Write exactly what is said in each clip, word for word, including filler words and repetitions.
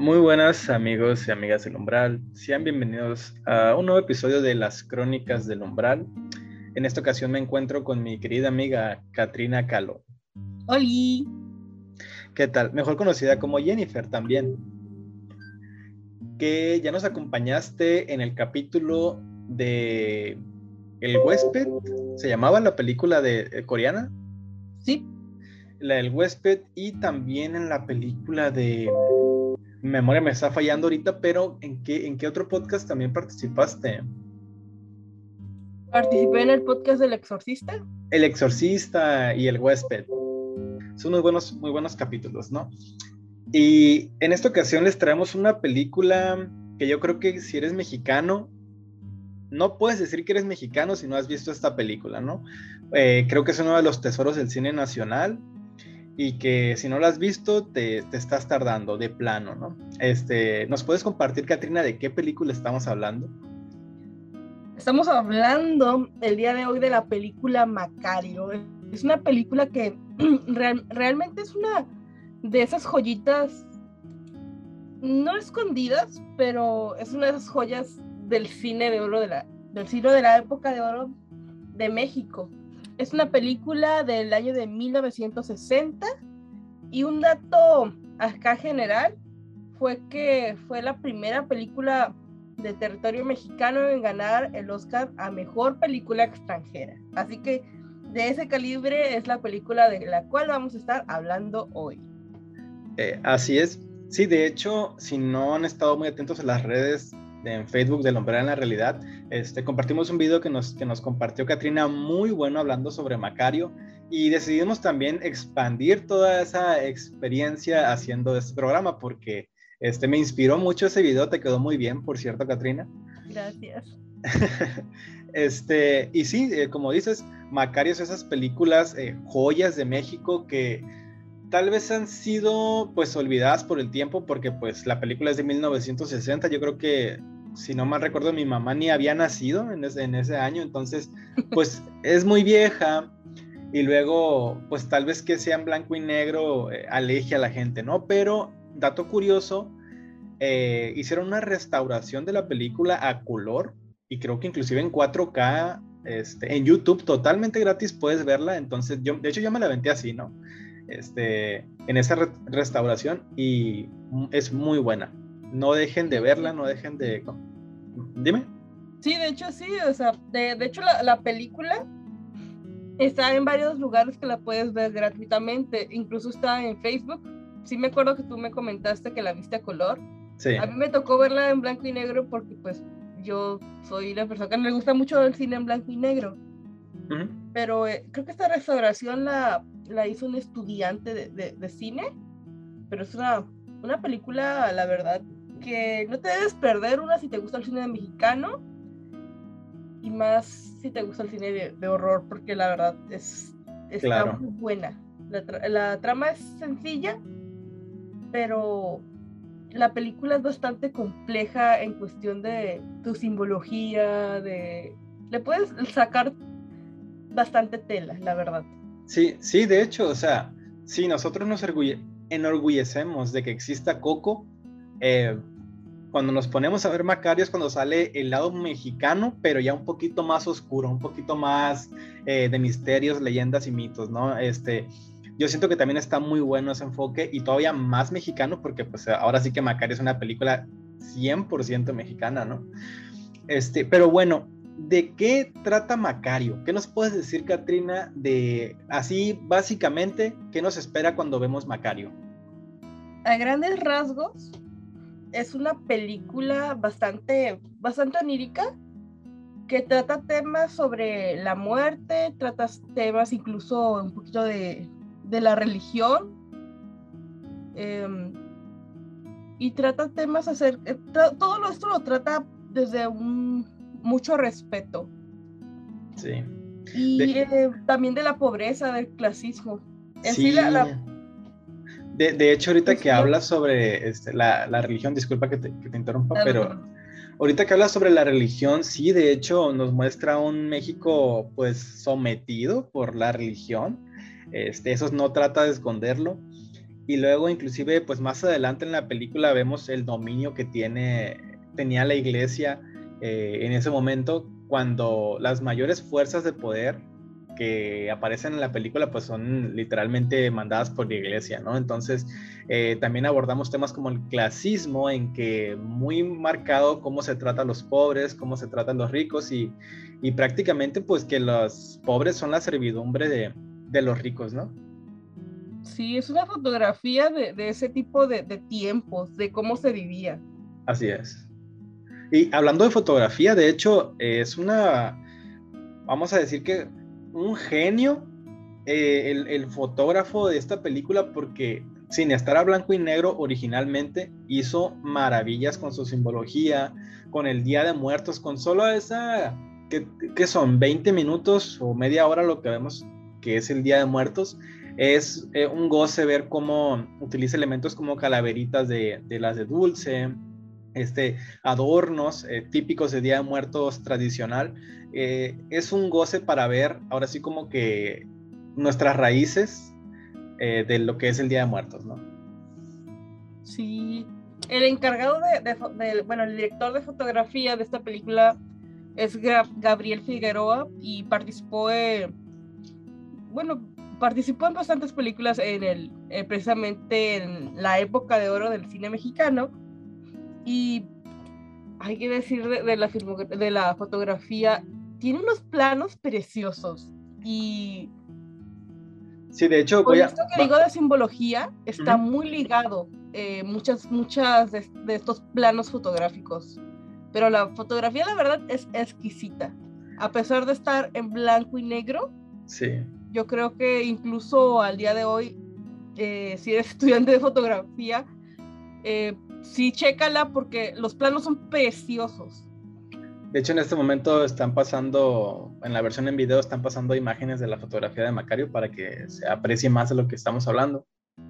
Muy buenas amigos y amigas del Umbral, sean bienvenidos a un nuevo episodio de las Crónicas del Umbral. En esta ocasión me encuentro con mi querida amiga Katrina Calo. ¡Holi! ¿Qué tal? Mejor conocida como Jennifer también. Que ya nos acompañaste en el capítulo de El Huésped, ¿se llamaba la película de, de coreana? Sí. La del Huésped, y también en la película de... Mi memoria me está fallando ahorita, pero ¿en qué, en qué otro podcast también participaste? Participé en el podcast del Exorcista. El Exorcista y El Huésped. Son muy buenos, muy buenos capítulos, ¿no? Y en esta ocasión les traemos una película que yo creo que si eres mexicano, no puedes decir que eres mexicano si no has visto esta película, ¿no? Eh, creo que es uno de los tesoros del cine nacional y que si no la has visto te, te estás tardando de plano, ¿no? Este, ¿nos puedes compartir, Katrina, de qué película estamos hablando? Estamos hablando el día de hoy de la película Macario. Es una película que real, realmente es una de esas joyitas, no escondidas, pero es una de esas joyas del cine de oro, de la, del cine de la época de oro de México. Es una película del año de mil novecientos sesenta y un dato acá general fue que fue la primera película de territorio mexicano en ganar el Oscar a Mejor Película Extranjera. Así que de ese calibre es la película de la cual vamos a estar hablando hoy. Eh, así es. Sí, de hecho, si no han estado muy atentos a las redes de, en Facebook del Umbral en la Realidad, este, compartimos un video que nos, que nos compartió Katrina muy bueno hablando sobre Macario, y decidimos también expandir toda esa experiencia haciendo este programa porque este, me inspiró mucho ese video. Te quedó muy bien, por cierto, Katrina. Gracias. Este, y sí, eh, como dices, Macario es esas películas eh, joyas de México que tal vez han sido pues olvidadas por el tiempo, porque pues la película es de mil novecientos sesenta. Yo creo que, si no mal recuerdo, mi mamá ni había nacido en ese, en ese año, entonces pues es muy vieja, y luego pues tal vez que sea en blanco y negro eh, aleje a la gente, ¿no? Pero dato curioso, eh, hicieron una restauración de la película a color, y creo que inclusive en cuatro K, este, en YouTube, totalmente gratis puedes verla. Entonces yo, de hecho yo me la aventé así, ¿no? Este, en esa re- restauración, y es muy buena. No dejen de verla, no dejen de... Dime. Sí, de hecho sí, o sea, de, de hecho la, la película está en varios lugares que la puedes ver gratuitamente, incluso está en Facebook. Sí me acuerdo que tú me comentaste que la viste a color. Sí. A mí me tocó verla en blanco y negro porque pues yo soy la persona que no le gusta mucho el cine en blanco y negro. Uh-huh. Pero eh, creo que esta restauración la, la hizo un estudiante de, de, de cine, pero es una, una película, la verdad, que no te debes perder, una si te gusta el cine mexicano, y más si te gusta el cine de, de horror, porque la verdad es, está claro. Muy buena. La, tra- la trama es sencilla, pero la película es bastante compleja en cuestión de tu simbología, de... le puedes sacar bastante tela, la verdad. Sí, sí, de hecho, o sea, sí, nosotros nos orgulle- enorgullecemos de que exista Coco. Eh, cuando nos ponemos a ver Macario es cuando sale el lado mexicano, pero ya un poquito más oscuro, un poquito más eh, de misterios, leyendas y mitos, ¿no? Este, yo siento que también está muy bueno ese enfoque, y todavía más mexicano, porque pues ahora sí que Macario es una película cien por ciento mexicana, ¿no? Este, pero bueno, ¿de qué trata Macario? ¿Qué nos puedes decir, Katrina, de así básicamente qué nos espera cuando vemos Macario? A grandes rasgos, es una película bastante, bastante onírica, que trata temas sobre la muerte, trata temas incluso un poquito de, de la religión, eh, y trata temas acerca, tra- todo esto lo trata desde un mucho respeto. Sí. Y de... eh, también de la pobreza, del clasismo. En sí, sí, la, la... De, de hecho, ahorita que hablas sobre este, la, la religión, disculpa que te, que te interrumpa, claro, pero ahorita que hablas sobre la religión, sí, de hecho, nos muestra un México, pues, sometido por la religión. Este, eso no trata de esconderlo. y luego inclusive pues más adelante en la película vemos el dominio que tiene, tenía la iglesia eh, en ese momento, cuando las mayores fuerzas de poder que aparecen en la película pues son literalmente mandadas por la iglesia, ¿no? Entonces eh, también abordamos temas como el clasismo, en que muy marcado cómo se trata a los pobres, cómo se trata a los ricos, y, y prácticamente pues que los pobres son la servidumbre de, de los ricos, ¿no? Sí, es una fotografía de, de ese tipo de, de tiempos, de cómo se vivía. Así es. Y hablando de fotografía, de hecho, eh, es una, vamos a decir que un genio eh, el, el fotógrafo de esta película, porque sin estar a blanco y negro originalmente, hizo maravillas con su simbología, con el Día de Muertos, con solo esa, que, que son veinte minutos o media hora lo que vemos que es el Día de Muertos. Es eh, un goce ver cómo utiliza elementos como calaveritas de, de las de dulce, este, adornos eh, típicos de Día de Muertos tradicional. Eh, es un goce para ver, ahora sí, como que nuestras raíces eh, de lo que es el Día de Muertos, ¿no? Sí, el encargado de, de, de, bueno, el director de fotografía de esta película es Gabriel Figueroa, y participó, eh, bueno, participó en bastantes películas en el, eh, precisamente en la época de oro del cine mexicano. Y hay que decir de, de, la, de la fotografía, tiene unos planos preciosos. Y sí, de hecho, con voy a, esto que va. digo de simbología, está uh-huh. muy ligado eh, muchas, muchas de, de estos planos fotográficos. Pero la fotografía, la verdad, es exquisita. A pesar de estar en blanco y negro, sí. Yo creo que incluso al día de hoy, eh, si eres estudiante de fotografía, eh, sí, chécala, porque los planos son preciosos. De hecho, en este momento están pasando, en la versión en video, están pasando imágenes de la fotografía de Macario para que se aprecie más de lo que estamos hablando.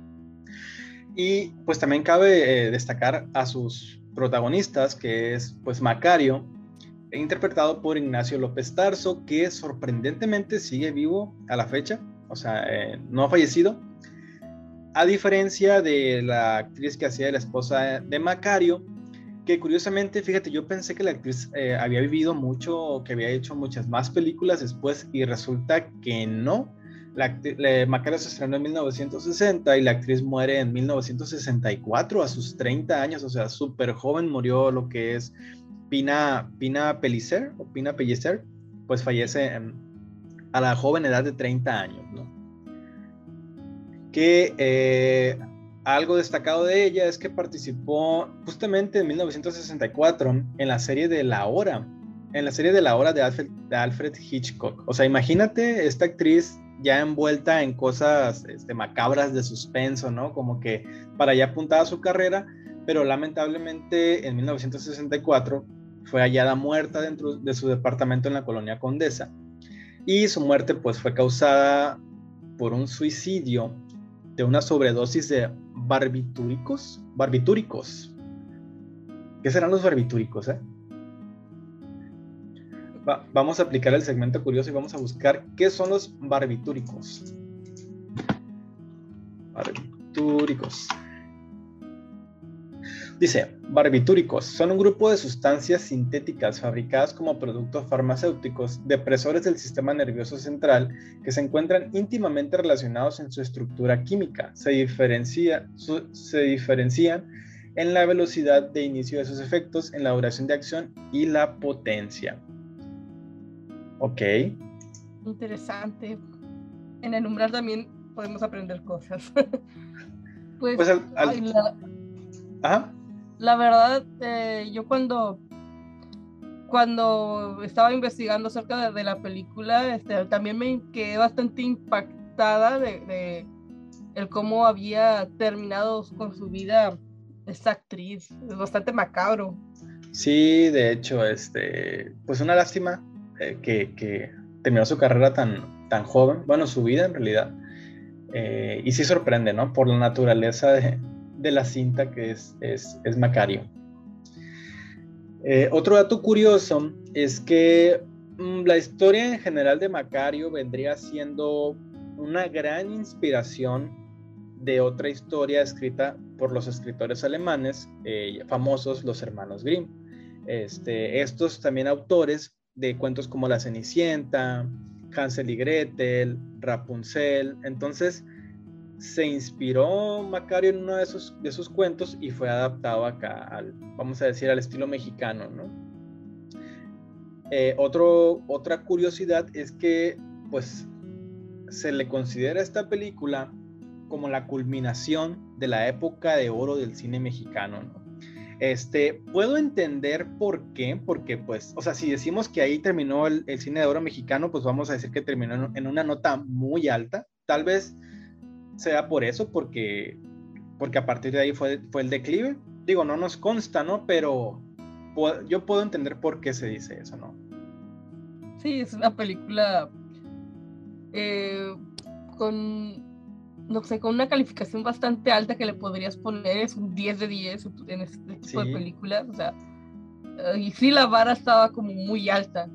Y pues también cabe eh, destacar a sus protagonistas, que es pues Macario, interpretado por Ignacio López Tarso, que sorprendentemente sigue vivo a la fecha, o sea, eh, no ha fallecido, a diferencia de la actriz que hacía de la esposa de Macario, que curiosamente, fíjate, yo pensé que la actriz eh, había vivido mucho, que había hecho muchas más películas después, y resulta que no. La, la, Macario se estrenó en mil novecientos sesenta y la actriz muere en mil novecientos sesenta y cuatro a sus treinta años, o sea, súper joven murió lo que es Pina, Pina Pellicer, o Pina Pellicer, pues fallece en, a la joven edad de treinta años, ¿no? Que eh, algo destacado de ella es que participó justamente en mil novecientos sesenta y cuatro en la serie de La Hora, en la serie de La Hora de Alfred, de Alfred Hitchcock. O sea, imagínate esta actriz ya envuelta en cosas este, macabras de suspenso, ¿no? Como que para allá apuntaba su carrera, pero lamentablemente en mil novecientos sesenta y cuatro fue hallada muerta dentro de su departamento en la colonia Condesa, y su muerte pues fue causada por un suicidio de una sobredosis de barbitúricos, barbitúricos. ¿Qué serán los barbitúricos, eh? Va, vamos a aplicar el segmento curioso y vamos a buscar qué son los barbitúricos. Barbitúricos. Dice, barbitúricos son un grupo de sustancias sintéticas fabricadas como productos farmacéuticos, depresores del sistema nervioso central, que se encuentran íntimamente relacionados en su estructura química. Se, diferencia, su, se diferencian en la velocidad de inicio de sus efectos, en la duración de acción y la potencia. Ok. Interesante. En el umbral también podemos aprender cosas. pues, pues al, al... Ay, la... Ajá. La verdad, eh, yo cuando, cuando estaba investigando acerca de, de la película, este, también me quedé bastante impactada de, de el cómo había terminado con su vida esta actriz. Es bastante macabro. Sí, de hecho, este, pues una lástima eh, que, que terminó su carrera tan, tan joven, bueno, su vida en realidad, eh, y sí sorprende, ¿no? Por la naturaleza de de la cinta que es, es, es Macario. Eh, otro dato curioso es que mmm, la historia en general de Macario vendría siendo una gran inspiración de otra historia escrita por los escritores alemanes eh, famosos, los hermanos Grimm. Este, estos también autores de cuentos como La Cenicienta, Hansel y Gretel, Rapunzel. Entonces se inspiró Macario en uno de esos, de esos cuentos y fue adaptado acá al, vamos a decir, al estilo mexicano, ¿no? Eh, otro, otra curiosidad es que pues se le considera esta película como la culminación de la época de oro del cine mexicano, ¿no? Este, puedo entender por qué, porque pues, o sea, si decimos que ahí terminó el, el cine de oro mexicano, pues vamos a decir que terminó en, en una nota muy alta. Tal vez sea por eso, porque, porque a partir de ahí fue, fue el declive. Digo, no nos consta, ¿no? Pero puedo, yo puedo entender por qué se dice eso, ¿no? Sí, es una película eh, con, no sé, con una calificación bastante alta que le podrías poner, es un diez de diez en este tipo Sí. de películas, o sea, uh, y sí la vara estaba como muy alta.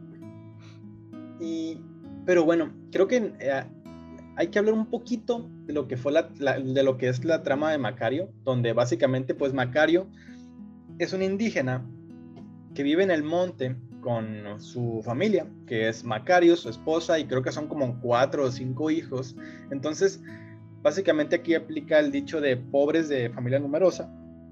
Y, pero bueno, creo que eh, hay que hablar un poquito de lo que fue la, la, de lo que es la trama de Macario, donde básicamente pues Macario es un indígena que vive en el monte con su familia, que es Macario, su esposa, y creo que son como cuatro o cinco hijos. Entonces, básicamente aquí aplica el dicho de pobres de familia numerosa.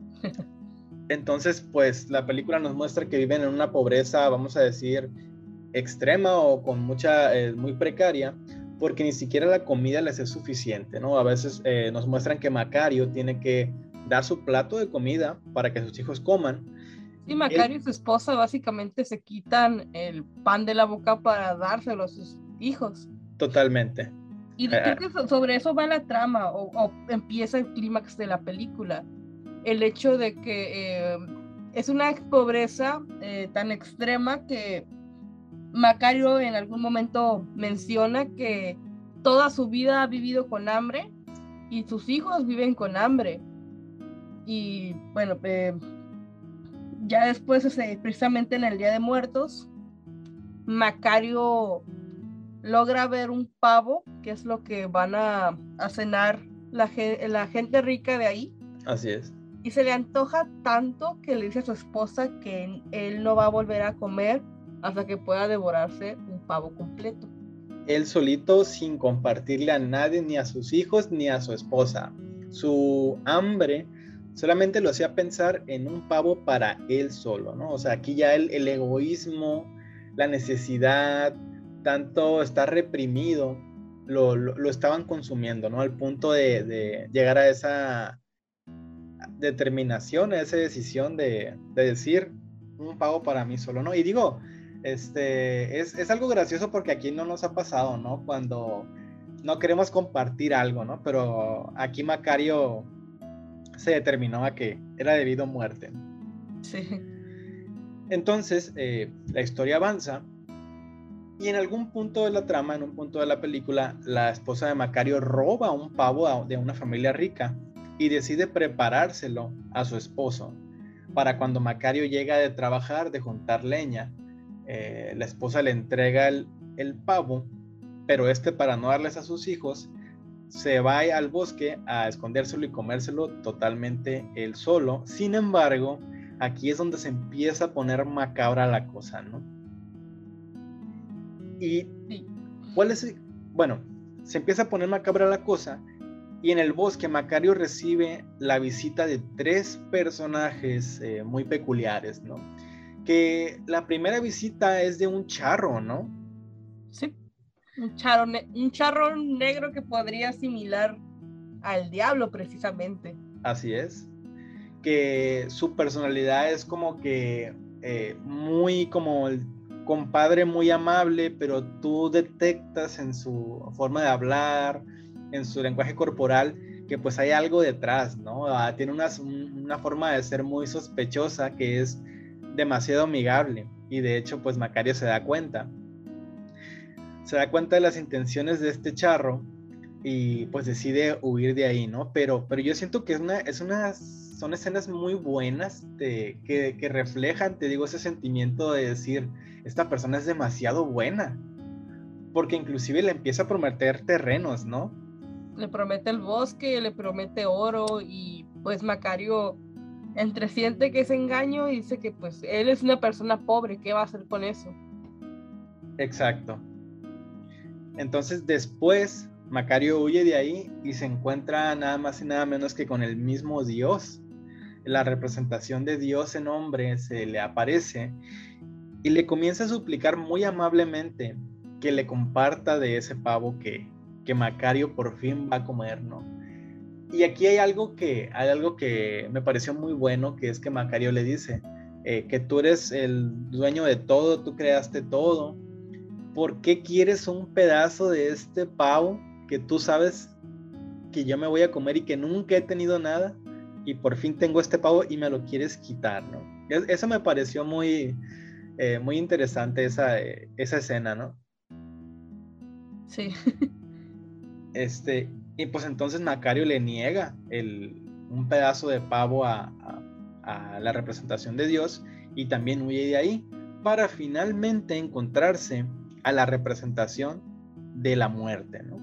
Entonces, pues la película nos muestra que viven en una pobreza, vamos a decir, extrema o con mucha, eh, muy precaria, porque ni siquiera la comida les es suficiente, ¿no? A veces eh, nos muestran que Macario tiene que dar su plato de comida para que sus hijos coman. Sí, Macario y su esposa básicamente se quitan el pan de la boca para dárselo a sus hijos. Totalmente. Y creo que sobre eso va la trama, o, o empieza el clímax de la película. El hecho de que eh, es una pobreza eh, tan extrema que Macario en algún momento menciona que toda su vida ha vivido con hambre y sus hijos viven con hambre. Y bueno, eh, ya después, precisamente en el Día de Muertos, Macario logra ver un pavo, que es lo que van a, a cenar la, la gente rica de ahí. Así es. Y se le antoja tanto que le dice a su esposa que él no va a volver a comer hasta que pueda devorarse un pavo completo. Él solito, sin compartirle a nadie, ni a sus hijos, ni a su esposa. Su hambre solamente lo hacía pensar en un pavo para él solo, ¿no? O sea, aquí ya el, el egoísmo, la necesidad, tanto está reprimido, lo, lo, lo estaban consumiendo, ¿no? Al punto de, de llegar a esa determinación, a esa decisión de, de decir un pavo para mí solo, ¿no? Y digo, este, es, es algo gracioso porque aquí no nos ha pasado, ¿no? Cuando no queremos compartir algo, ¿no? Pero aquí Macario se determinó a que era debido a muerte. Sí. Entonces, eh, la historia avanza y en algún punto de la trama, en un punto de la película, la esposa de Macario roba un pavo de una familia rica y decide preparárselo a su esposo para cuando Macario llega de trabajar, de juntar leña. Eh, la esposa le entrega el, el pavo, pero este, para no darles a sus hijos, se va al bosque a escondérselo y comérselo totalmente él solo. Sin embargo, aquí es donde se empieza a poner macabra la cosa, ¿no? Y ¿cuál es? Bueno, se empieza a poner macabra la cosa y en el bosque Macario recibe la visita de tres personajes eh, muy peculiares, ¿no? Que la primera visita es de un charro, ¿no? Sí. Un charro, ne- un charro negro que podría asimilar al diablo, precisamente. Así es. Que su personalidad es como que eh, muy como el compadre muy amable, pero tú detectas en su forma de hablar, en su lenguaje corporal, que pues hay algo detrás, ¿no? Ah, tiene una, una forma de ser muy sospechosa que es demasiado amigable y de hecho pues Macario se da cuenta. Se da cuenta de las intenciones de este charro y pues decide huir de ahí, ¿no? Pero, pero yo siento que es una, es una, son escenas muy buenas de, que, que reflejan, te digo, ese sentimiento de decir, esta persona es demasiado buena, porque inclusive le empieza a prometer terrenos, ¿no? le promete el bosque, le promete oro y pues Macario entre siente que es engaño y dice que pues él es una persona pobre, ¿qué va a hacer con eso? Exacto. Entonces después Macario huye de ahí y se encuentra nada más y nada menos que con el mismo Dios. La representación de Dios en hombre se le aparece y le comienza a suplicar muy amablemente que le comparta de ese pavo que, que Macario por fin va a comer, ¿no? Y aquí hay algo que, hay algo que me pareció muy bueno, que es que Macario le dice eh, que tú eres el dueño de todo, tú creaste todo. ¿Por qué quieres un pedazo de este pavo que tú sabes que yo me voy a comer y que nunca he tenido nada? Y por fin tengo este pavo y me lo quieres quitar, ¿no? Eso me pareció muy, eh, muy interesante, esa, eh, esa escena, ¿no? Sí. Este, y pues entonces Macario le niega el, un pedazo de pavo a, a, a la representación de Dios y también huye de ahí para finalmente encontrarse a la representación de la muerte, ¿no?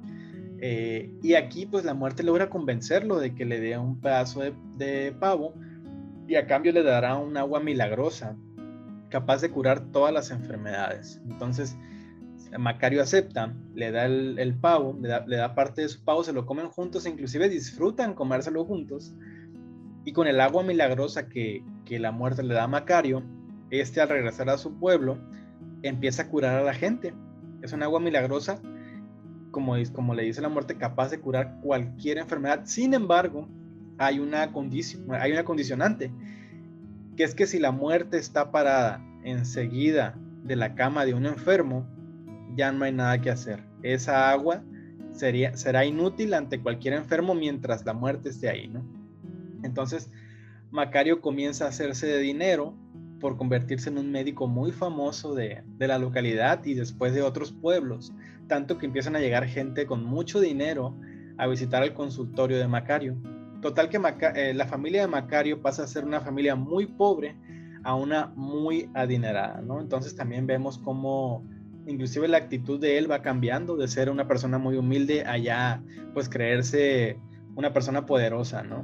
Eh, y aquí pues la muerte logra convencerlo de que le dé un pedazo de, de pavo y a cambio le dará un agua milagrosa capaz de curar todas las enfermedades. Entonces Macario acepta, le da el, el pavo, le da, le da parte de su pavo, se lo comen juntos, inclusive disfrutan comérselo juntos, y con el agua milagrosa que, que la muerte le da a Macario, este al regresar a su pueblo empieza a curar a la gente. Es un agua milagrosa, como, como le dice la muerte, capaz de curar cualquier enfermedad. Sin embargo, hay una, condición, hay una condicionante, que es que si la muerte está parada enseguida de la cama de un enfermo, ya no hay nada que hacer. Esa agua sería, será inútil ante cualquier enfermo mientras la muerte esté ahí, ¿no? Entonces, Macario comienza a hacerse de dinero por convertirse en un médico muy famoso de, de la localidad y después de otros pueblos, tanto que empiezan a llegar gente con mucho dinero a visitar el consultorio de Macario. Total que Maca- eh, la familia de Macario pasa a ser una familia muy pobre a una muy adinerada, ¿no? Entonces también vemos cómo inclusive la actitud de él va cambiando de ser una persona muy humilde a ya pues creerse una persona poderosa, ¿no?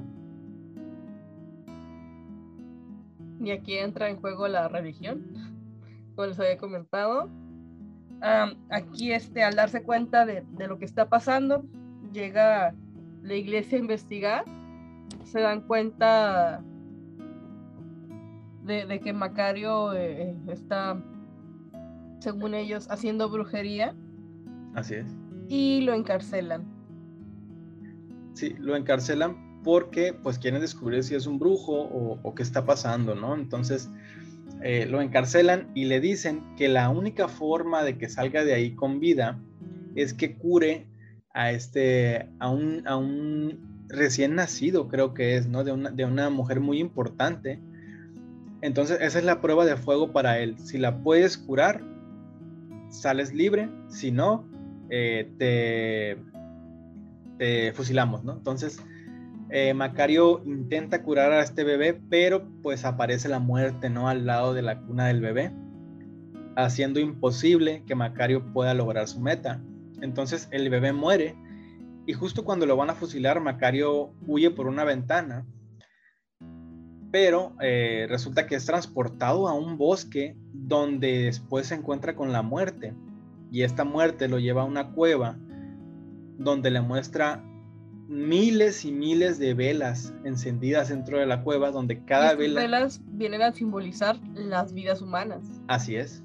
Y aquí entra en juego la religión, como les había comentado. Um, aquí este, al darse cuenta de, de lo que está pasando, llega la iglesia a investigar, se dan cuenta de, de que Macario eh, está, según ellos, haciendo brujería. Así es. Y lo encarcelan. Sí, lo encarcelan porque pues quieren descubrir si es un brujo o, o qué está pasando, ¿no? Entonces eh, lo encarcelan y le dicen que la única forma de que salga de ahí con vida es que cure a este, a un, a un recién nacido, creo que es, ¿no? De una, de una mujer muy importante. Entonces esa es la prueba de fuego para él. Si la puedes curar, sales libre. Si no, eh, te, te fusilamos, ¿no? Entonces eh, Macario intenta curar a este bebé, pero pues aparece la muerte, ¿no? Al lado de la cuna del bebé, haciendo imposible que Macario pueda lograr su meta. Entonces el bebé muere y justo cuando lo van a fusilar, Macario huye por una ventana, pero eh, resulta que es transportado a un bosque donde después se encuentra con la muerte, y esta muerte lo lleva a una cueva donde le muestra miles y miles de velas encendidas dentro de la cueva, donde cada y estas vela... velas vienen a simbolizar las vidas humanas. Así es.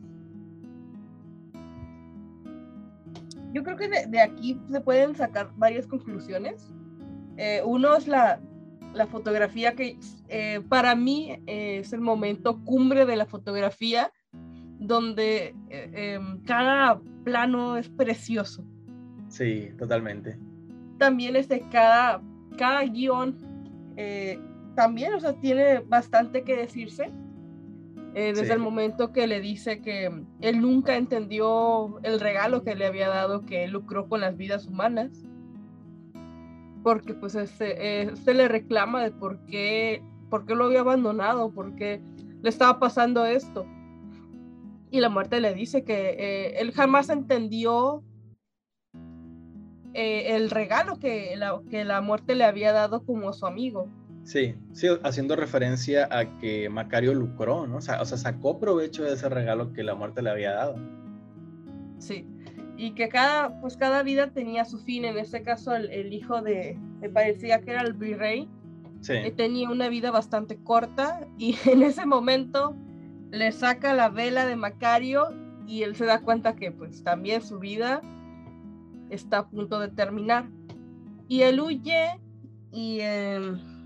Yo creo que de, de aquí se pueden sacar varias conclusiones. Eh, uno es la, la fotografía que eh, para mí eh, es el momento cumbre de la fotografía, donde eh, eh, cada plano es precioso. Sí, totalmente. También este, cada, cada guión eh, también, o sea, tiene bastante que decirse. Eh, desde sí. el momento que le dice que él nunca entendió el regalo que le había dado, que él lucró con las vidas humanas, porque pues este, este le reclama de por qué, por qué lo había abandonado, por qué le estaba pasando esto. Y la muerte le dice que eh, él jamás entendió eh, el regalo que la, que la muerte le había dado como su amigo. Sí, sí, haciendo referencia a que Macario lucró, ¿no? O sea, o sea, sacó provecho de ese regalo que la muerte le había dado. Sí, y que cada, pues cada vida tenía su fin. En este caso el, el hijo de, me parecía que era el virrey, sí. eh, tenía una vida bastante corta, y en ese momento le saca la vela de Macario y él se da cuenta que pues también su vida está a punto de terminar. Y él huye y... Eh,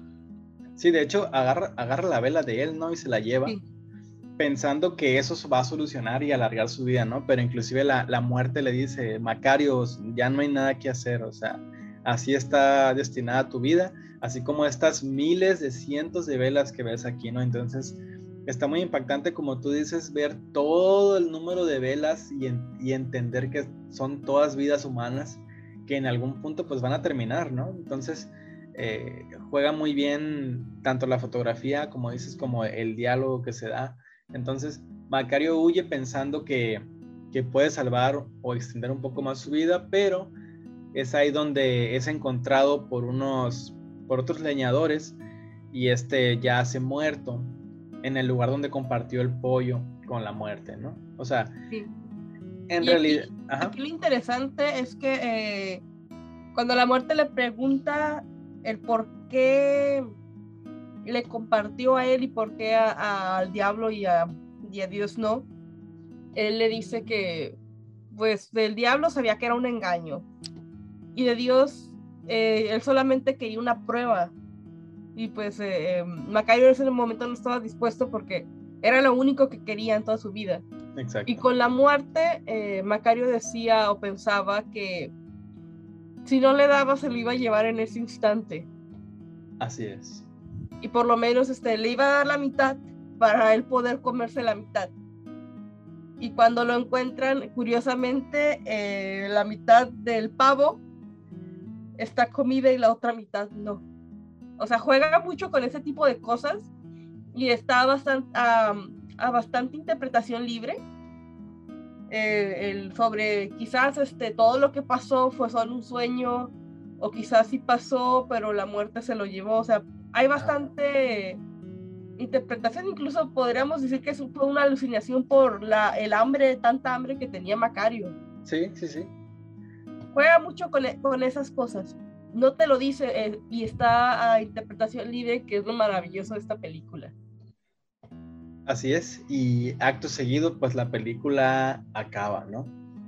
sí, de hecho, agarra, agarra la vela de él, ¿no? Y se la lleva, sí, pensando que eso va a solucionar y alargar su vida, ¿no? Pero inclusive la, la muerte le dice, Macario, ya no hay nada que hacer, o sea, así está destinada tu vida, así como estas miles de cientos de velas que ves aquí, ¿no? Entonces, está muy impactante, como tú dices, ver todo el número de velas y, en, y entender que son todas vidas humanas que en algún punto pues van a terminar, ¿no? Entonces, eh, juega muy bien tanto la fotografía, como dices, como el diálogo que se da. Entonces, Macario huye pensando que, que puede salvar o extender un poco más su vida, pero es ahí donde es encontrado por unos, por otros leñadores, y este ya hace muerto en el lugar donde compartió el pollo con la muerte, ¿no? O sea, sí. en y realidad... Aquí, aquí lo interesante es que eh, cuando la muerte le pregunta el por qué le compartió a él y por qué a, a, al diablo y a, y a Dios no, él le dice que pues del diablo sabía que era un engaño, y de Dios eh, él solamente quería una prueba, y pues eh, eh, Macario en ese momento no estaba dispuesto porque era lo único que quería en toda su vida. Exacto. Y con la muerte eh, Macario decía o pensaba que si no le daba se lo iba a llevar en ese instante. Así es. Y por lo menos este, le iba a dar la mitad para él poder comerse la mitad. Y cuando lo encuentran, curiosamente, eh, la mitad del pavo está comida y la otra mitad no. O sea, juega mucho con ese tipo de cosas y está bastante, um, a bastante interpretación libre. Eh, el, sobre quizás este, todo lo que pasó fue solo un sueño, o quizás sí pasó, pero la muerte se lo llevó. O sea, hay bastante interpretación. Incluso podríamos decir que fue una alucinación por la, el hambre, tanta hambre que tenía Macario. Sí, sí, sí. Juega mucho con, con esas cosas. No te lo dice eh, y está a interpretación libre, que es lo maravilloso de esta película. Así es, y acto seguido, pues la película acaba, ¿no?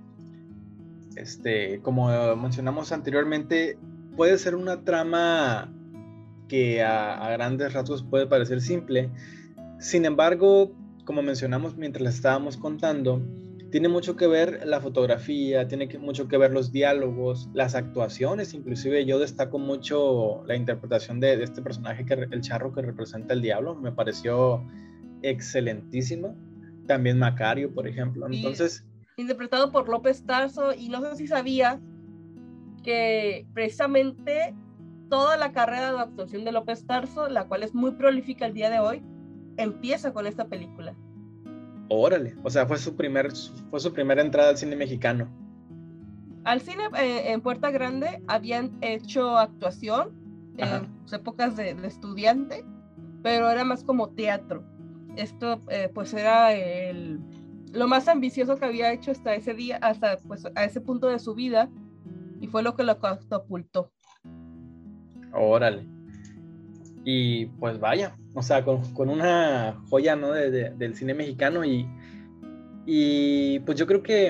Este, como mencionamos anteriormente, puede ser una trama que a, a grandes rasgos puede parecer simple. Sin embargo, como mencionamos mientras la estábamos contando, tiene mucho que ver la fotografía, tiene que, mucho que ver los diálogos, las actuaciones. Inclusive yo destaco mucho la interpretación de, de este personaje, que el charro que representa el diablo, me pareció excelentísima. También Macario, por ejemplo. Entonces, sí, interpretado por López Tarso, y no sé si sabías que precisamente toda la carrera de actuación de López Tarso, la cual es muy prolífica el día de hoy, empieza con esta película. Órale, o sea, fue su primer, fue su primera entrada al cine mexicano. Al cine eh, en Puerta Grande habían hecho actuación Ajá. en sus épocas de, de estudiante, pero era más como teatro. Esto eh, pues era el, lo más ambicioso que había hecho hasta ese día, hasta pues a ese punto de su vida, y fue lo que lo catapultó. Órale. Y pues vaya, o sea, con, con una joya, ¿no? de, de, del cine mexicano, y, y pues yo creo que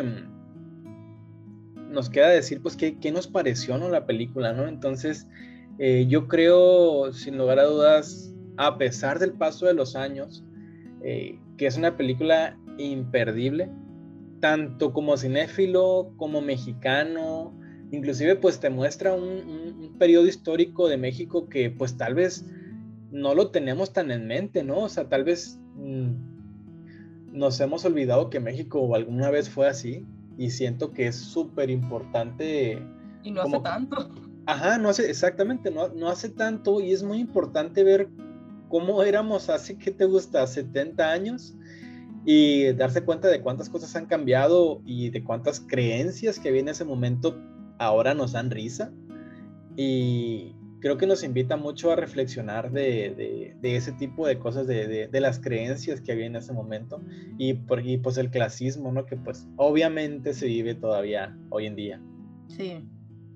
nos queda decir pues qué, qué nos pareció, ¿no? La película, ¿no? Entonces eh, yo creo, sin lugar a dudas, a pesar del paso de los años, eh, que es una película imperdible, tanto como cinéfilo, como mexicano. Inclusive pues te muestra un, un, un periodo histórico de México que pues tal vez no lo tenemos tan en mente, ¿no? O sea, tal vez mmm, nos hemos olvidado que México alguna vez fue así, y siento que es súper importante. Y no como... hace tanto. Ajá, no hace, exactamente, no, no hace tanto, y es muy importante ver cómo éramos hace, ¿qué te gusta? setenta años, y darse cuenta de cuántas cosas han cambiado y de cuántas creencias que había en ese momento ahora nos dan risa, y creo que nos invita mucho a reflexionar de, de, de ese tipo de cosas, de, de, de las creencias que había en ese momento, y, por, y pues el clasismo, ¿no? Que pues obviamente se vive todavía hoy en día. Sí.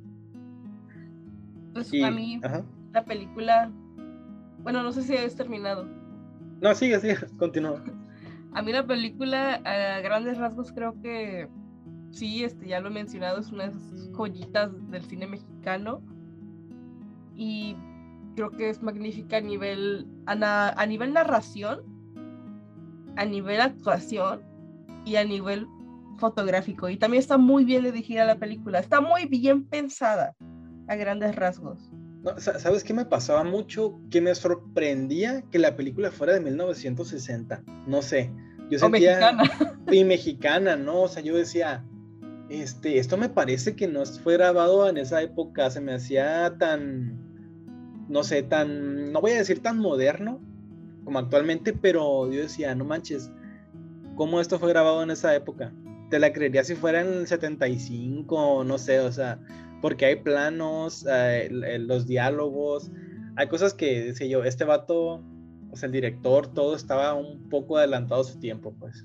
Pues a Y, mí ajá. la película, bueno, no sé si has terminado. No, sigue, sigue, continúa. A mí la película, a grandes rasgos, creo que sí, este, ya lo he mencionado, es una de esas joyitas del cine mexicano. Y creo que es magnífica a nivel, a, na, a nivel narración, a nivel actuación y a nivel fotográfico. Y también está muy bien dirigida la película. Está muy bien pensada a grandes rasgos. No, ¿sabes qué me pasaba mucho? Que me sorprendía que la película fuera de mil novecientos sesenta. No sé, yo sentía... O mexicana. Y mexicana, ¿no? O sea, yo decía, este, esto me parece que no fue grabado en esa época, se me hacía tan, no sé, tan, no voy a decir tan moderno como actualmente, pero yo decía, no manches, ¿cómo esto fue grabado en esa época? Te la creería si fuera en el setenta y cinco, no sé, o sea, porque hay planos, eh, los diálogos, hay cosas que decía yo, este vato, o sea, el director, todo estaba un poco adelantado a su tiempo, pues.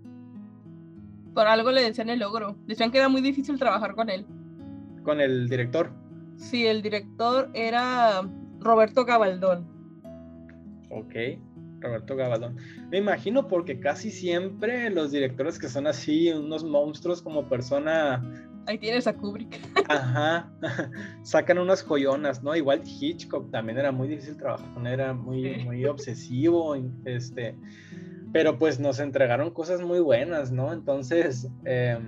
Por algo le decían el ogro. Decían que era muy difícil trabajar con él. ¿Con el director? Sí, el director era Roberto Gabaldón. Ok, Roberto Gabaldón. Me imagino porque casi siempre los directores que son así, unos monstruos como persona... Ahí tienes a Kubrick. Ajá, sacan unas joyonas, ¿no? Igual Hitchcock también era muy difícil trabajar con él, era muy, Sí. muy obsesivo, este... pero pues nos entregaron cosas muy buenas, ¿no? Entonces, eh,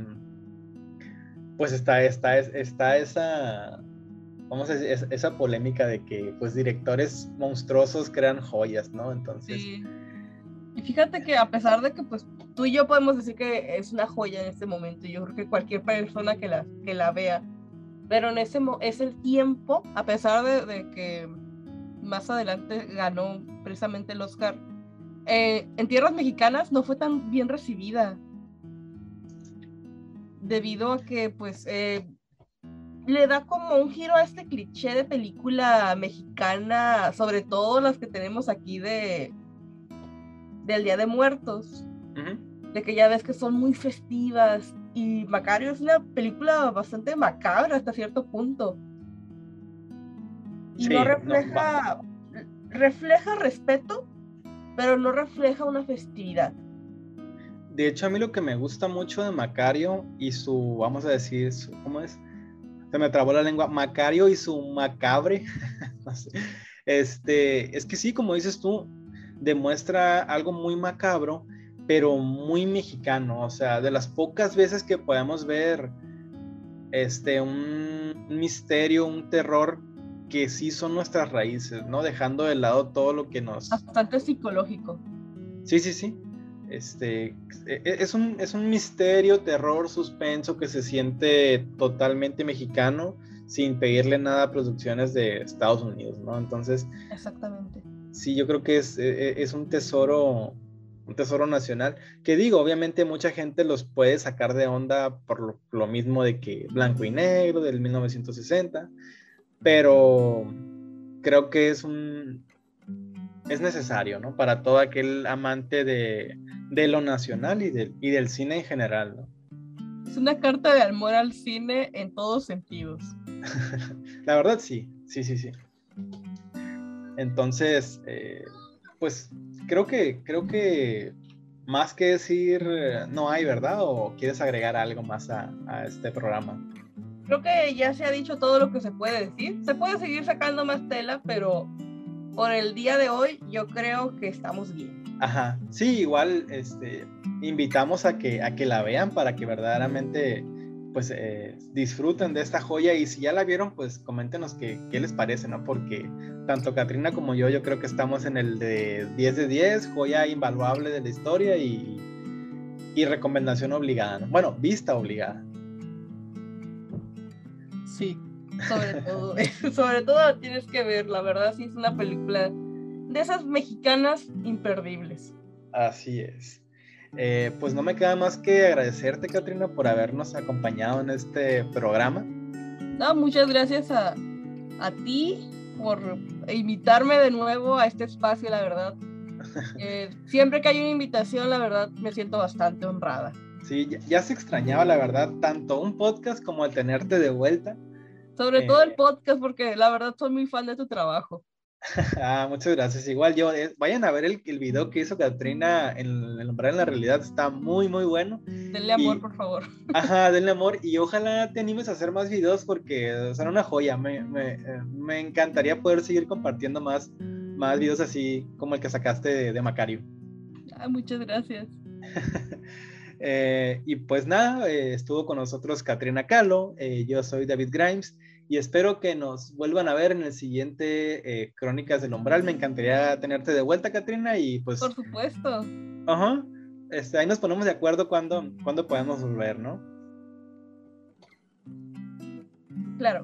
pues está, está, está esa... vamos a decir, esa polémica de que pues directores monstruosos crean joyas, ¿no? Entonces... Sí. Y fíjate que a pesar de que pues tú y yo podemos decir que es una joya en este momento, yo creo que cualquier persona que la, que la vea, pero en ese mo- es el tiempo, a pesar de, de que más adelante ganó precisamente el Oscar, eh, en tierras mexicanas no fue tan bien recibida, debido a que pues eh, le da como un giro a este cliché de película mexicana, sobre todo las que tenemos aquí de del Día de Muertos, uh-huh. De que ya ves que son muy festivas, y Macario es una película bastante macabra hasta cierto punto, y sí, no refleja no, refleja respeto, pero no refleja una festividad. De hecho, a mí lo que me gusta mucho de Macario y su, vamos a decir, su, ¿cómo es? Se me trabó la lengua. Macario y su macabre. No sé. Este, es que sí, como dices tú, demuestra algo muy macabro, pero muy mexicano. O sea, de las pocas veces que podemos ver este, un misterio, un terror que sí son nuestras raíces, ¿no? Dejando de lado todo lo que nos... Bastante psicológico. Sí, sí, sí. Este, es un, es un misterio, terror, suspenso que se siente totalmente mexicano, sin pedirle nada a producciones de Estados Unidos, ¿no? Entonces, exactamente. Sí, yo creo que es, es un tesoro, un tesoro nacional, que digo, obviamente mucha gente los puede sacar de onda por lo, lo mismo de que blanco y negro, del mil novecientos sesenta, pero creo que es un, es necesario, ¿no? Para todo aquel amante de, de lo nacional y del, y del cine en general, ¿no? Es una carta de amor al cine en todos sentidos. La verdad, sí, sí, sí, sí. Entonces, eh, pues creo que, creo que más que decir no hay, ¿verdad? ¿O quieres agregar algo más a, a este programa? Creo que ya se ha dicho todo lo que se puede decir. Se puede seguir sacando más tela, pero por el día de hoy yo creo que estamos bien. Ajá, sí, igual este, invitamos a que, a que la vean para que verdaderamente pues eh, disfruten de esta joya, y si ya la vieron, pues coméntenos qué, qué les parece, ¿no? Porque tanto Catrina como yo, yo creo que estamos en el de diez de diez, joya invaluable de la historia y, y recomendación obligada, ¿no? Bueno, vista obligada. Sí, sobre todo, sobre todo tienes que ver, la verdad sí es una película de esas mexicanas imperdibles. Así es. Eh, pues no me queda más que agradecerte, Catrina, por habernos acompañado en este programa. No, muchas gracias a, a ti por invitarme de nuevo a este espacio, la verdad. Eh, siempre que hay una invitación, la verdad, me siento bastante honrada. Sí, ya, ya se extrañaba, la verdad, tanto un podcast como el tenerte de vuelta. Sobre Eh, todo el podcast, porque la verdad soy muy fan de tu trabajo. Ah, muchas gracias. Igual yo, eh, vayan a ver el, el video que hizo Katrina en El Umbral en la Realidad, está muy, muy bueno. Denle amor, Y, por favor. ajá, denle amor y ojalá te animes a hacer más videos porque son una joya. Me, me, eh, me encantaría poder seguir compartiendo más, más videos así como el que sacaste de, de Macario. Ah, muchas gracias. eh, y pues nada, eh, estuvo con nosotros Katrina Kahlo, eh, yo soy David Grimes. Y espero que nos vuelvan a ver en el siguiente eh, Crónicas del Umbral. Me encantaría tenerte de vuelta, Katrina, y pues... Por supuesto. Ajá. Este, ahí nos ponemos de acuerdo cuando, cuando podemos volver, ¿no? Claro.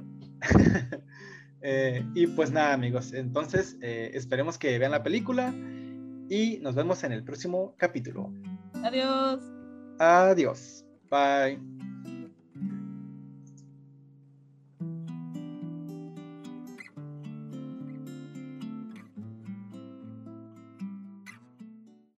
eh, y pues nada, amigos. Entonces, eh, esperemos que vean la película y nos vemos en el próximo capítulo. Adiós. Adiós. Bye.